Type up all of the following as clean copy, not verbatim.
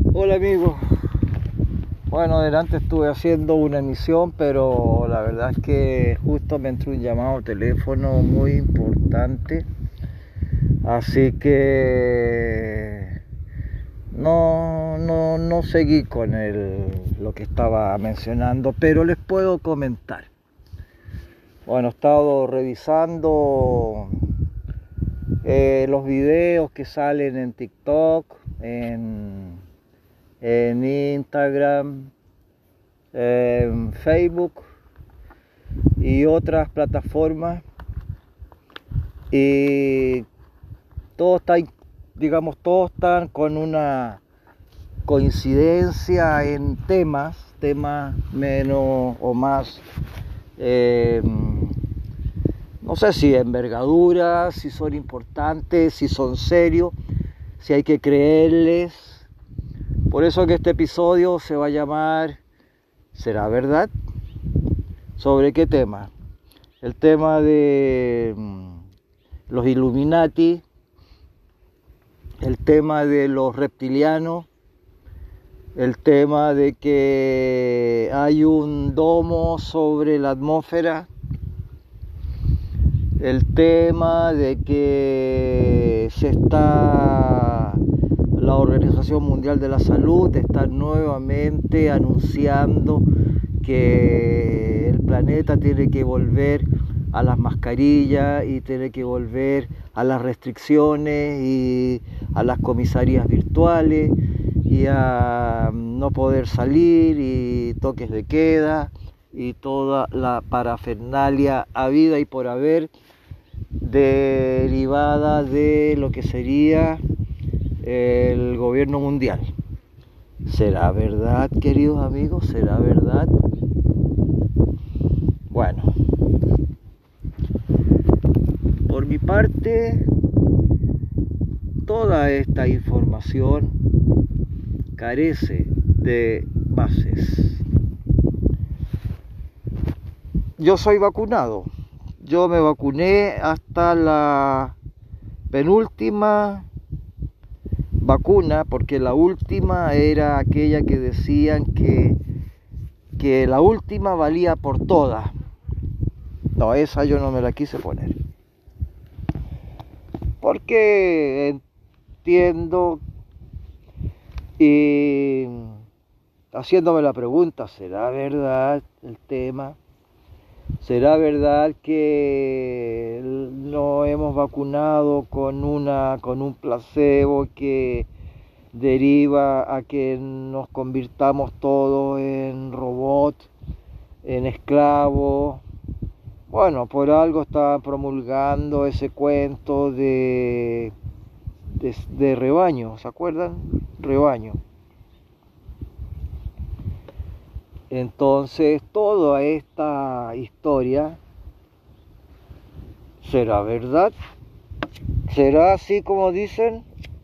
Hola amigos, bueno, delante estuve haciendo una emisión, pero la verdad es que justo me entró un llamado al teléfono muy importante, así que no seguí con lo que estaba mencionando, pero les puedo comentar. Bueno, he estado revisando los videos que salen en TikTok, en Instagram, en Facebook y otras plataformas, y todos están con una coincidencia en temas menos o más, no sé si envergadura, si son importantes, si son serios, si hay que creerles. Por eso que este episodio se va a llamar ¿Será verdad? ¿Sobre qué tema? El tema de los Illuminati, el tema de los reptilianos, el tema de que hay un domo sobre la atmósfera, el tema de que la Organización Mundial de la Salud está nuevamente anunciando que el planeta tiene que volver a las mascarillas y tiene que volver a las restricciones y a las comisarías virtuales y a no poder salir y toques de queda y toda la parafernalia habida y por haber derivada de lo que sería el gobierno mundial. ¿Será verdad, queridos amigos? ¿Será verdad? Bueno, por mi parte, toda esta información carece de bases. Yo soy vacunado. Yo me vacuné hasta la penúltima vacuna, porque la última era aquella que decían que la última valía por todas. No, esa yo no me la quise poner, porque entiendo y haciéndome la pregunta, ¿será verdad el tema? ¿Será verdad que nos hemos vacunado con un placebo que deriva a que nos convirtamos todos en robots, en esclavos? Bueno, por algo está promulgando ese cuento de rebaño, ¿se acuerdan? Rebaño. Entonces, toda esta historia, ¿será verdad? ¿Será así como dicen?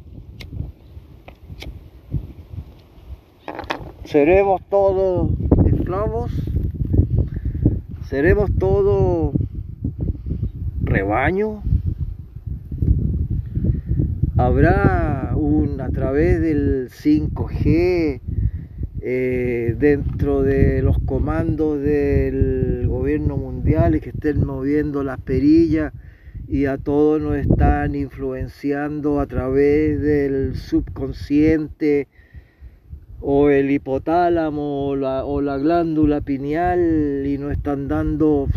¿Seremos todos esclavos? ¿Seremos todos rebaño? ¿Habrá a través del 5G, dentro de los comandos del gobierno mundial, que estén moviendo las perillas y a todos nos están influenciando a través del subconsciente o el hipotálamo o la glándula pineal, y nos están dando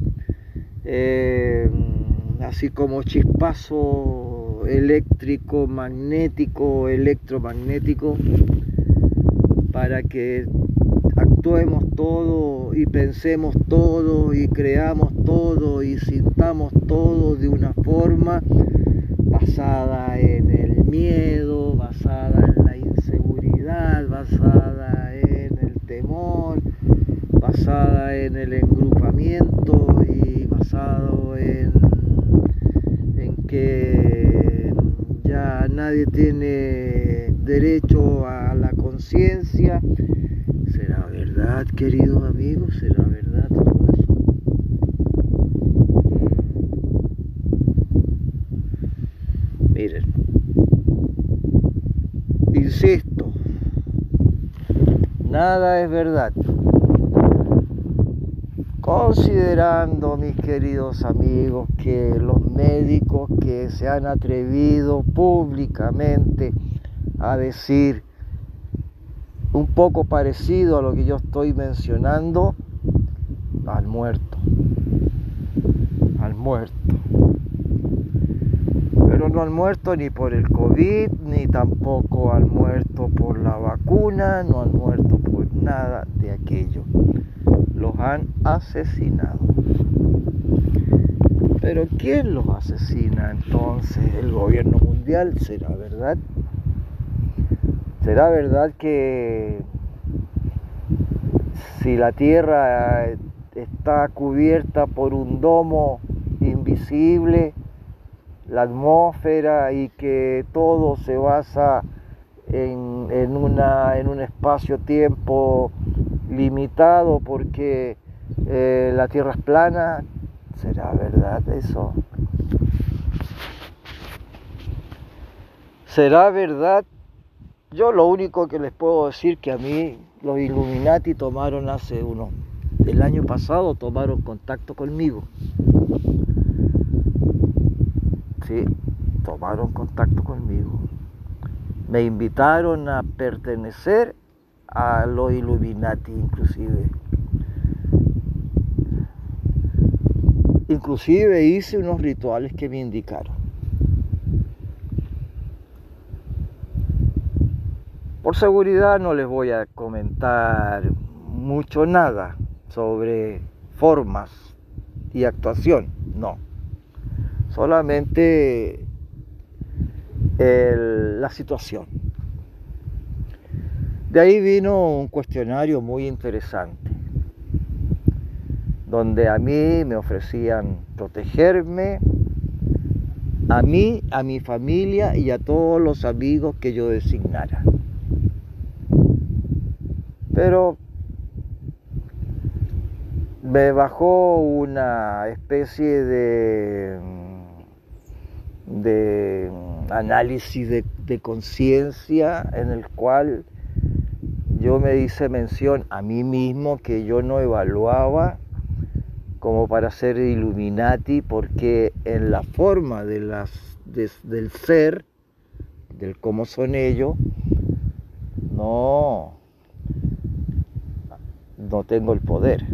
así como chispazo eléctrico, magnético, electromagnético, para que actuemos todo y pensemos todo y creamos todo y sintamos todo de una forma basada en el miedo, basada en la inseguridad, basada en el temor, basada en el engrupamiento y basado en que ya nadie tiene derecho a la conciencia. ¿Será verdad, queridos amigos? ¿Será verdad todo eso? Miren, insisto, nada es verdad. Considerando, mis queridos amigos, que los médicos que se han atrevido públicamente a decir un poco parecido a lo que yo estoy mencionando, al muerto. Pero no han muerto ni por el COVID, ni tampoco han muerto por la vacuna, no han muerto por nada de aquello. Los han asesinado. Pero ¿quién los asesina entonces? ¿El gobierno mundial? ¿Será verdad? ¿Será verdad que si la Tierra está cubierta por un domo invisible, la atmósfera, y que todo se basa en un espacio-tiempo limitado porque la Tierra es plana? ¿Será verdad eso? ¿Será verdad? Yo lo único que les puedo decir que a mí los Illuminati el año pasado tomaron contacto conmigo. Sí, tomaron contacto conmigo. Me invitaron a pertenecer a los Illuminati, inclusive hice unos rituales que me indicaron. Por seguridad no les voy a comentar nada sobre formas y actuación, no. Solamente la situación. De ahí vino un cuestionario muy interesante, donde a mí me ofrecían protegerme, a mí, a mi familia y a todos los amigos que yo designara. Pero me bajó una especie de análisis de conciencia, en el cual yo me hice mención a mí mismo que yo no evaluaba como para ser Illuminati, porque en la forma del ser, del cómo son ellos, no tengo el poder.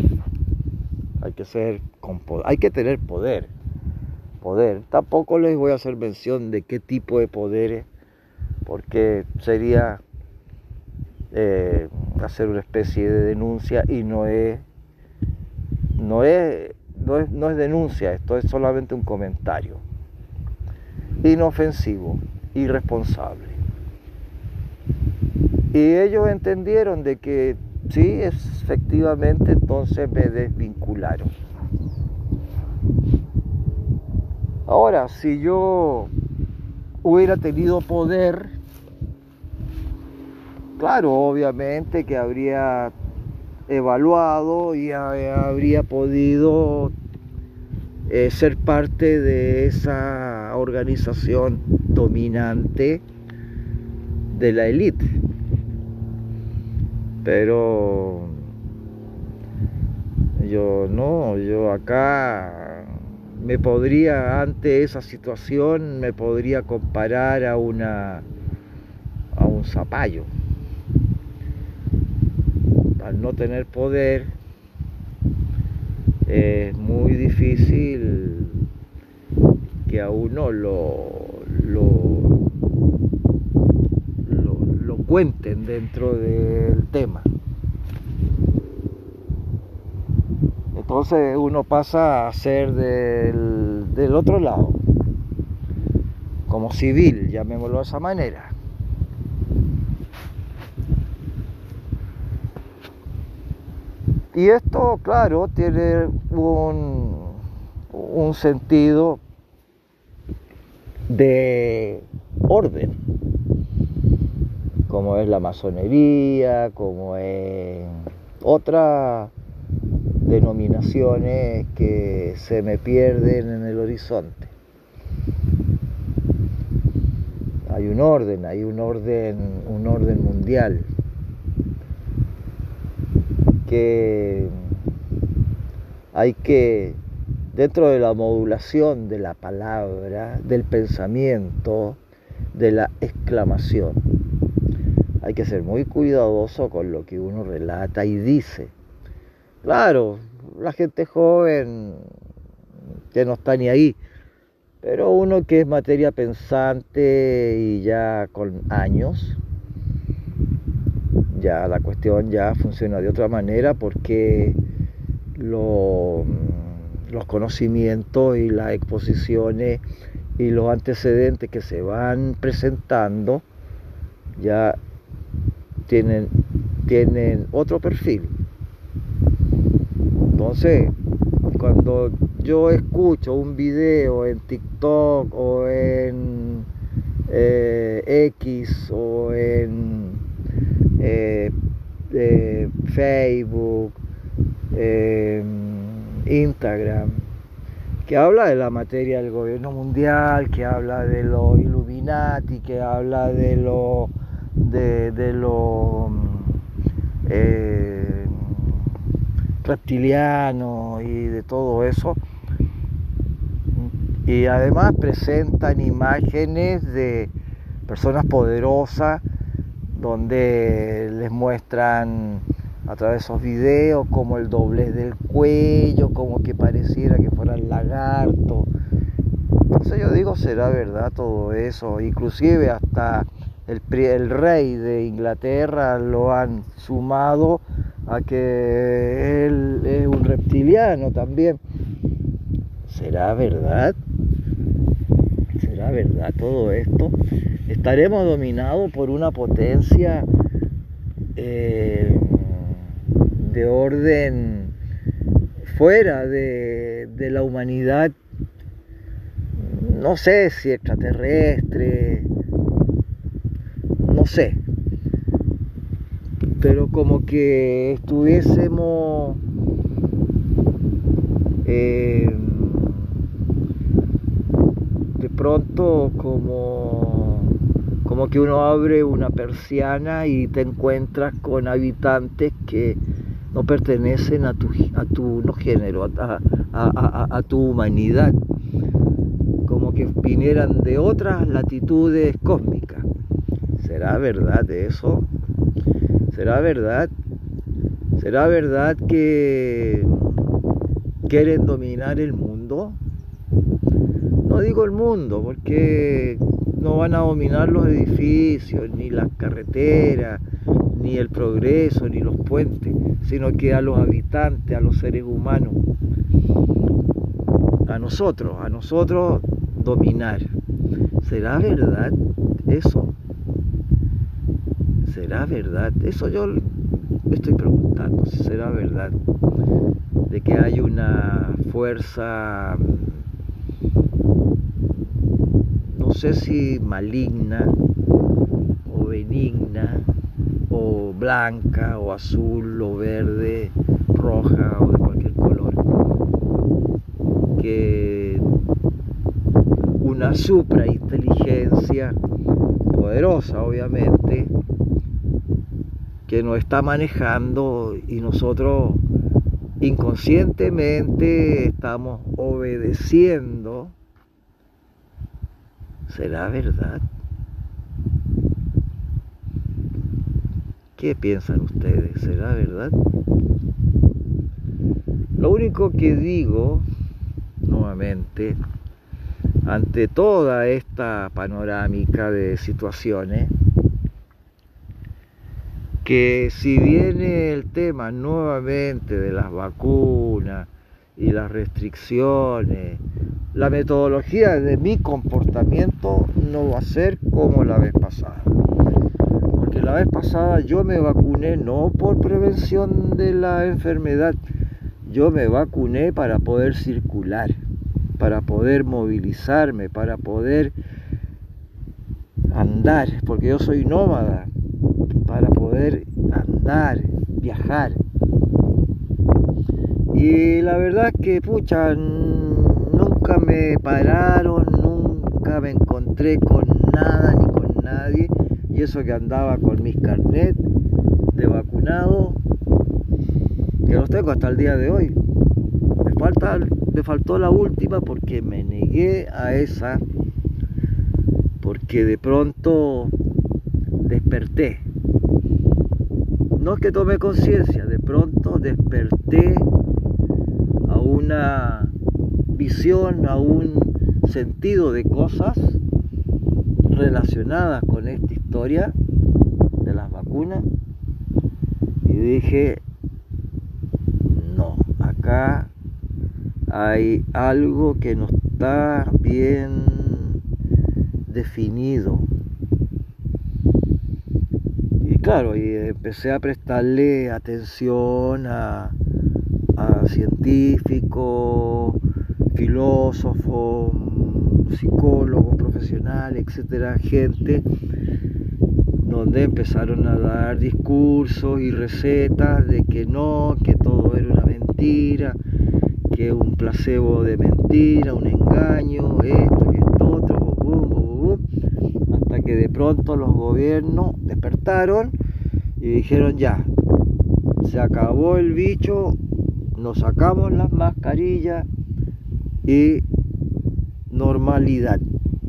Hay que tener poder. Tampoco les voy a hacer mención de qué tipo de poderes, porque sería hacer una especie de denuncia, y no es denuncia, esto es solamente un comentario inofensivo, irresponsable. Y ellos entendieron de que sí, efectivamente, entonces me desvincularon. Ahora, si yo hubiera tenido poder, claro, obviamente que habría evaluado y habría podido ser parte de esa organización dominante de la élite. Pero yo acá ante esa situación me podría comparar a un zapallo. Al no tener poder, es muy difícil que a uno lo cuenten dentro del tema. Entonces uno pasa a ser del otro lado, como civil, llamémoslo de esa manera. Y esto, claro, tiene un sentido de orden, como es la masonería, como es otras denominaciones que se me pierden en el horizonte. Hay un orden mundial. que, dentro de la modulación de la palabra, del pensamiento, de la exclamación, hay que ser muy cuidadoso con lo que uno relata y dice. Claro, la gente joven que no está ni ahí, pero uno que es materia pensante y ya con años, ya la cuestión ya funciona de otra manera, porque los conocimientos y las exposiciones y los antecedentes que se van presentando ya tienen otro perfil. Entonces, cuando yo escucho un video en TikTok o en X o en Facebook, Instagram, que habla de la materia del gobierno mundial, que habla de los Illuminati, que habla de los reptilianos y de todo eso, y además presentan imágenes de personas poderosas donde les muestran a través de esos videos como el doblez del cuello, como que pareciera que fueran lagartos. Entonces yo digo, ¿será verdad todo eso? Inclusive hasta el rey de Inglaterra lo han sumado a que él es un reptiliano también. ¿Será verdad? ¿Será verdad todo esto? ¿Estaremos dominados por una potencia de orden fuera de la humanidad? No sé si extraterrestre, no sé, pero como que estuviésemos de pronto como que uno abre una persiana y te encuentras con habitantes que no pertenecen a tu no género, a tu humanidad, como que vinieran de otras latitudes cósmicas. ¿Será verdad eso? ¿Será verdad? ¿Será verdad que quieren dominar el mundo? No digo el mundo, porque no van a dominar los edificios, ni las carreteras, ni el progreso, ni los puentes, sino que a los habitantes, a los seres humanos, a nosotros dominar. ¿Será verdad eso? ¿Será verdad? Eso yo me estoy preguntando, si será verdad de que hay una fuerza, no sé si maligna o benigna o blanca o azul o verde, roja o de cualquier color, que una suprainteligencia poderosa, obviamente, que nos está manejando y nosotros inconscientemente estamos obedeciendo. ¿Será verdad? ¿Qué piensan ustedes? ¿Será verdad? Lo único que digo, nuevamente, ante toda esta panorámica de situaciones, que si viene el tema nuevamente de las vacunas y las restricciones, la metodología de mi comportamiento no va a ser como la vez pasada. Porque la vez pasada yo me vacuné no por prevención de la enfermedad, yo me vacuné para poder circular, para poder movilizarme, para poder andar, porque yo soy nómada, para poder andar, viajar. Y la verdad es que, pucha, nunca me pararon, nunca me encontré con nada ni con nadie, y eso que andaba con mis carnets de vacunado, que los tengo hasta el día de hoy. Me faltó la última porque me negué a esa, porque de pronto desperté. No es que tomé conciencia, de pronto desperté a una visión, a un sentido de cosas relacionadas con esta historia de las vacunas, y dije, no, acá hay algo que no está bien definido. Y claro, y empecé a prestarle atención a científicos, filósofos, psicólogos, profesionales, etcétera, gente donde empezaron a dar discursos y recetas de que no, que todo era una mentira, que un placebo de mentira, un engaño, esto, que esto, otro, hasta que de pronto los gobiernos despertaron y dijeron ya, se acabó el bicho, nos sacamos las mascarillas y normalidad.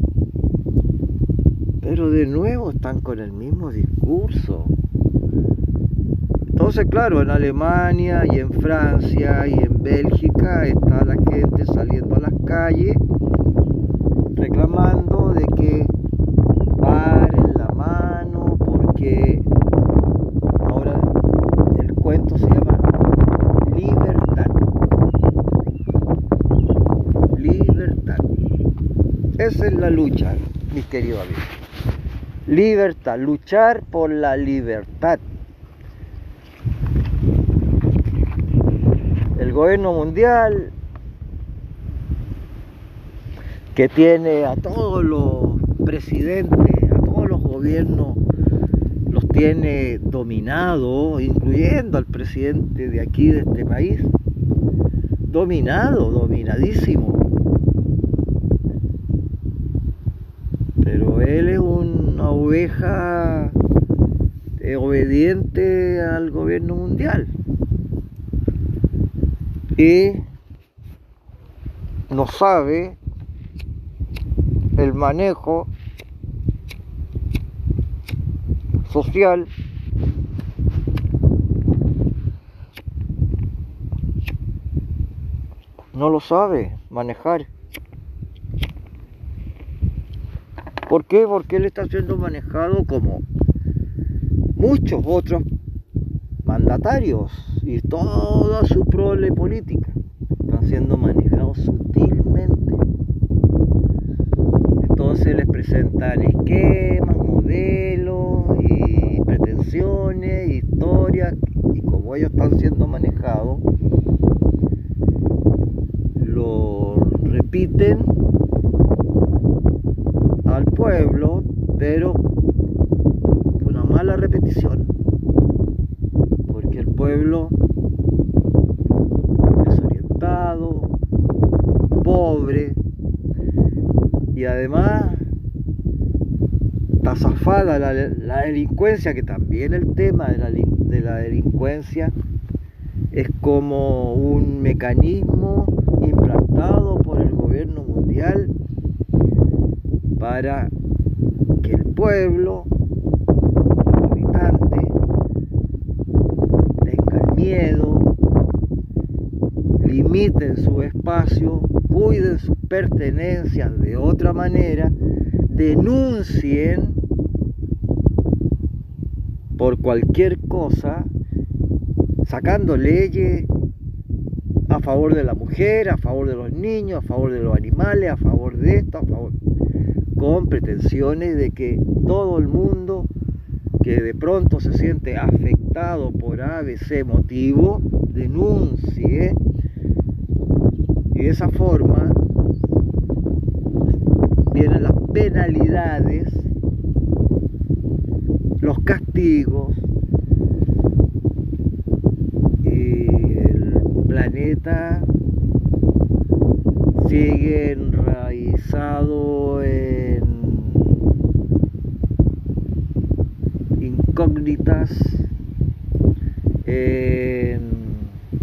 Pero de nuevo están con el mismo discurso. Entonces, claro, en Alemania y en Francia y en Bélgica está la gente saliendo a las calles reclamando de que paren la mano, porque ahora el cuento se llama libertad. Libertad. Esa es la lucha, mis queridos amigos. Libertad, luchar por la libertad. El gobierno mundial, que tiene a todos los presidentes, a todos los gobiernos, los tiene dominados, incluyendo al presidente de aquí, de este país, dominadísimo. Pero él es una oveja obediente al gobierno mundial. Y no sabe el manejo social no lo sabe manejar. ¿Por qué? Porque él está siendo manejado como muchos otros mandatarios, y toda su prole política están siendo manejados sutilmente. Entonces les presentan esquemas, modelos y pretensiones, historias, y como ellos están siendo manejados, lo repiten al pueblo, pero una mala repetición, porque el pueblo desorientado, pobre, y además está zafada la delincuencia, que también el tema de la delincuencia es como un mecanismo implantado por el gobierno mundial para que el pueblo, los habitantes, tengan miedo, limiten su espacio, cuiden sus pertenencias de otra manera, denuncien por cualquier cosa, sacando leyes a favor de la mujer, a favor de los niños, a favor de los animales, a favor de esto, a favor, con pretensiones de que todo el mundo que de pronto se siente afectado por ABC motivo denuncie, y de esa forma vienen las penalidades, los castigos, y el planeta sigue enraizado en incógnitas, en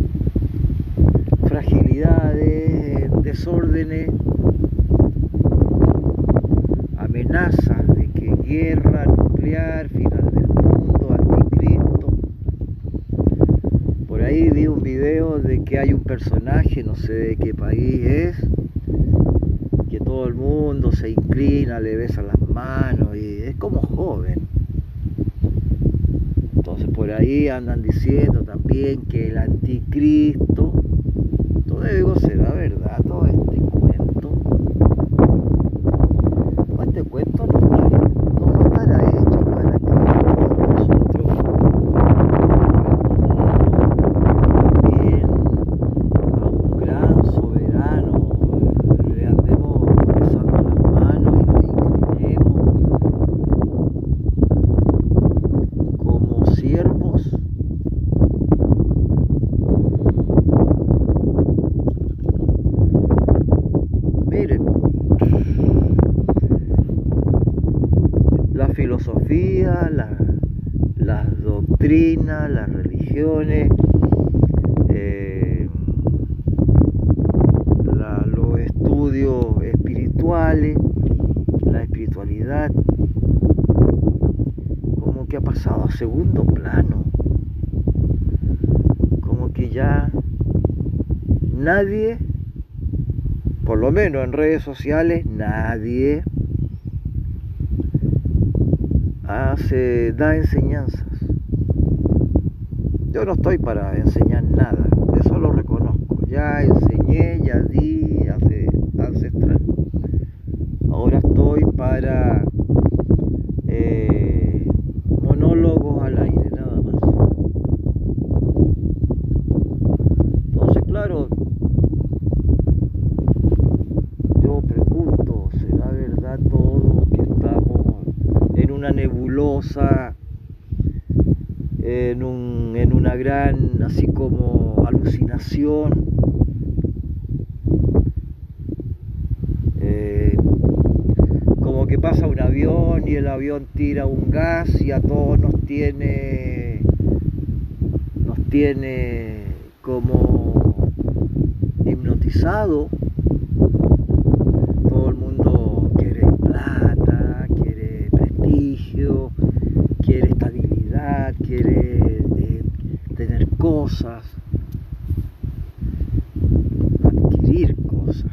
que hay un personaje, no sé de qué país es, que todo el mundo se inclina, le besa las manos y es como joven. Entonces por ahí andan diciendo también que el anticristo, todo digo, será verdad todo este cuento. Todo este cuento no estará hecho para que nosotros también a un gran soberano le andemos besando las manos y nos inclinemos como siervos. Miren, la filosofía, las doctrinas, las religiones, los estudios espirituales, la espiritualidad, como que ha pasado a segundo plano, como que ya nadie, por lo menos en redes sociales, nadie da enseñanzas. Yo no estoy para enseñar nada, eso lo reconozco. Ya enseñé, ya di hace ancestral. Ahora estoy para monólogos al aire, nada más. Entonces, claro, yo pregunto, ¿será verdad todo que estamos en una nebulosa, en una gran, así como alucinación? Como que pasa un avión y el avión tira un gas y a todos nos tiene como hipnotizado. Todo el mundo quiere plata, quiere prestigio, quiere estabilidad, quiere tener cosas, adquirir cosas.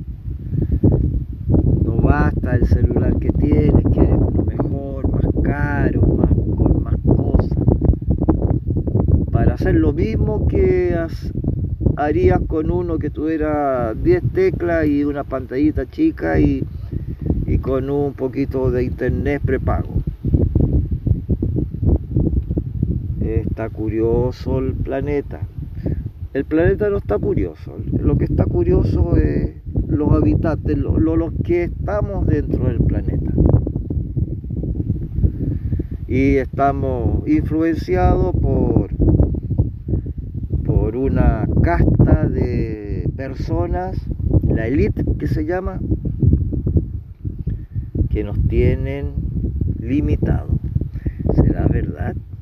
No basta el celular que tienes, quieres uno mejor, más caro, con más cosas, para hacer lo mismo que harías con uno que tuviera 10 teclas y una pantallita chica y con un poquito de internet prepago. Está curioso el planeta. El planeta no está curioso. Lo que está curioso es los habitantes, los que estamos dentro del planeta. Y estamos influenciados por una casta de personas, la élite que se llama, que nos tienen limitados. ¿Será verdad?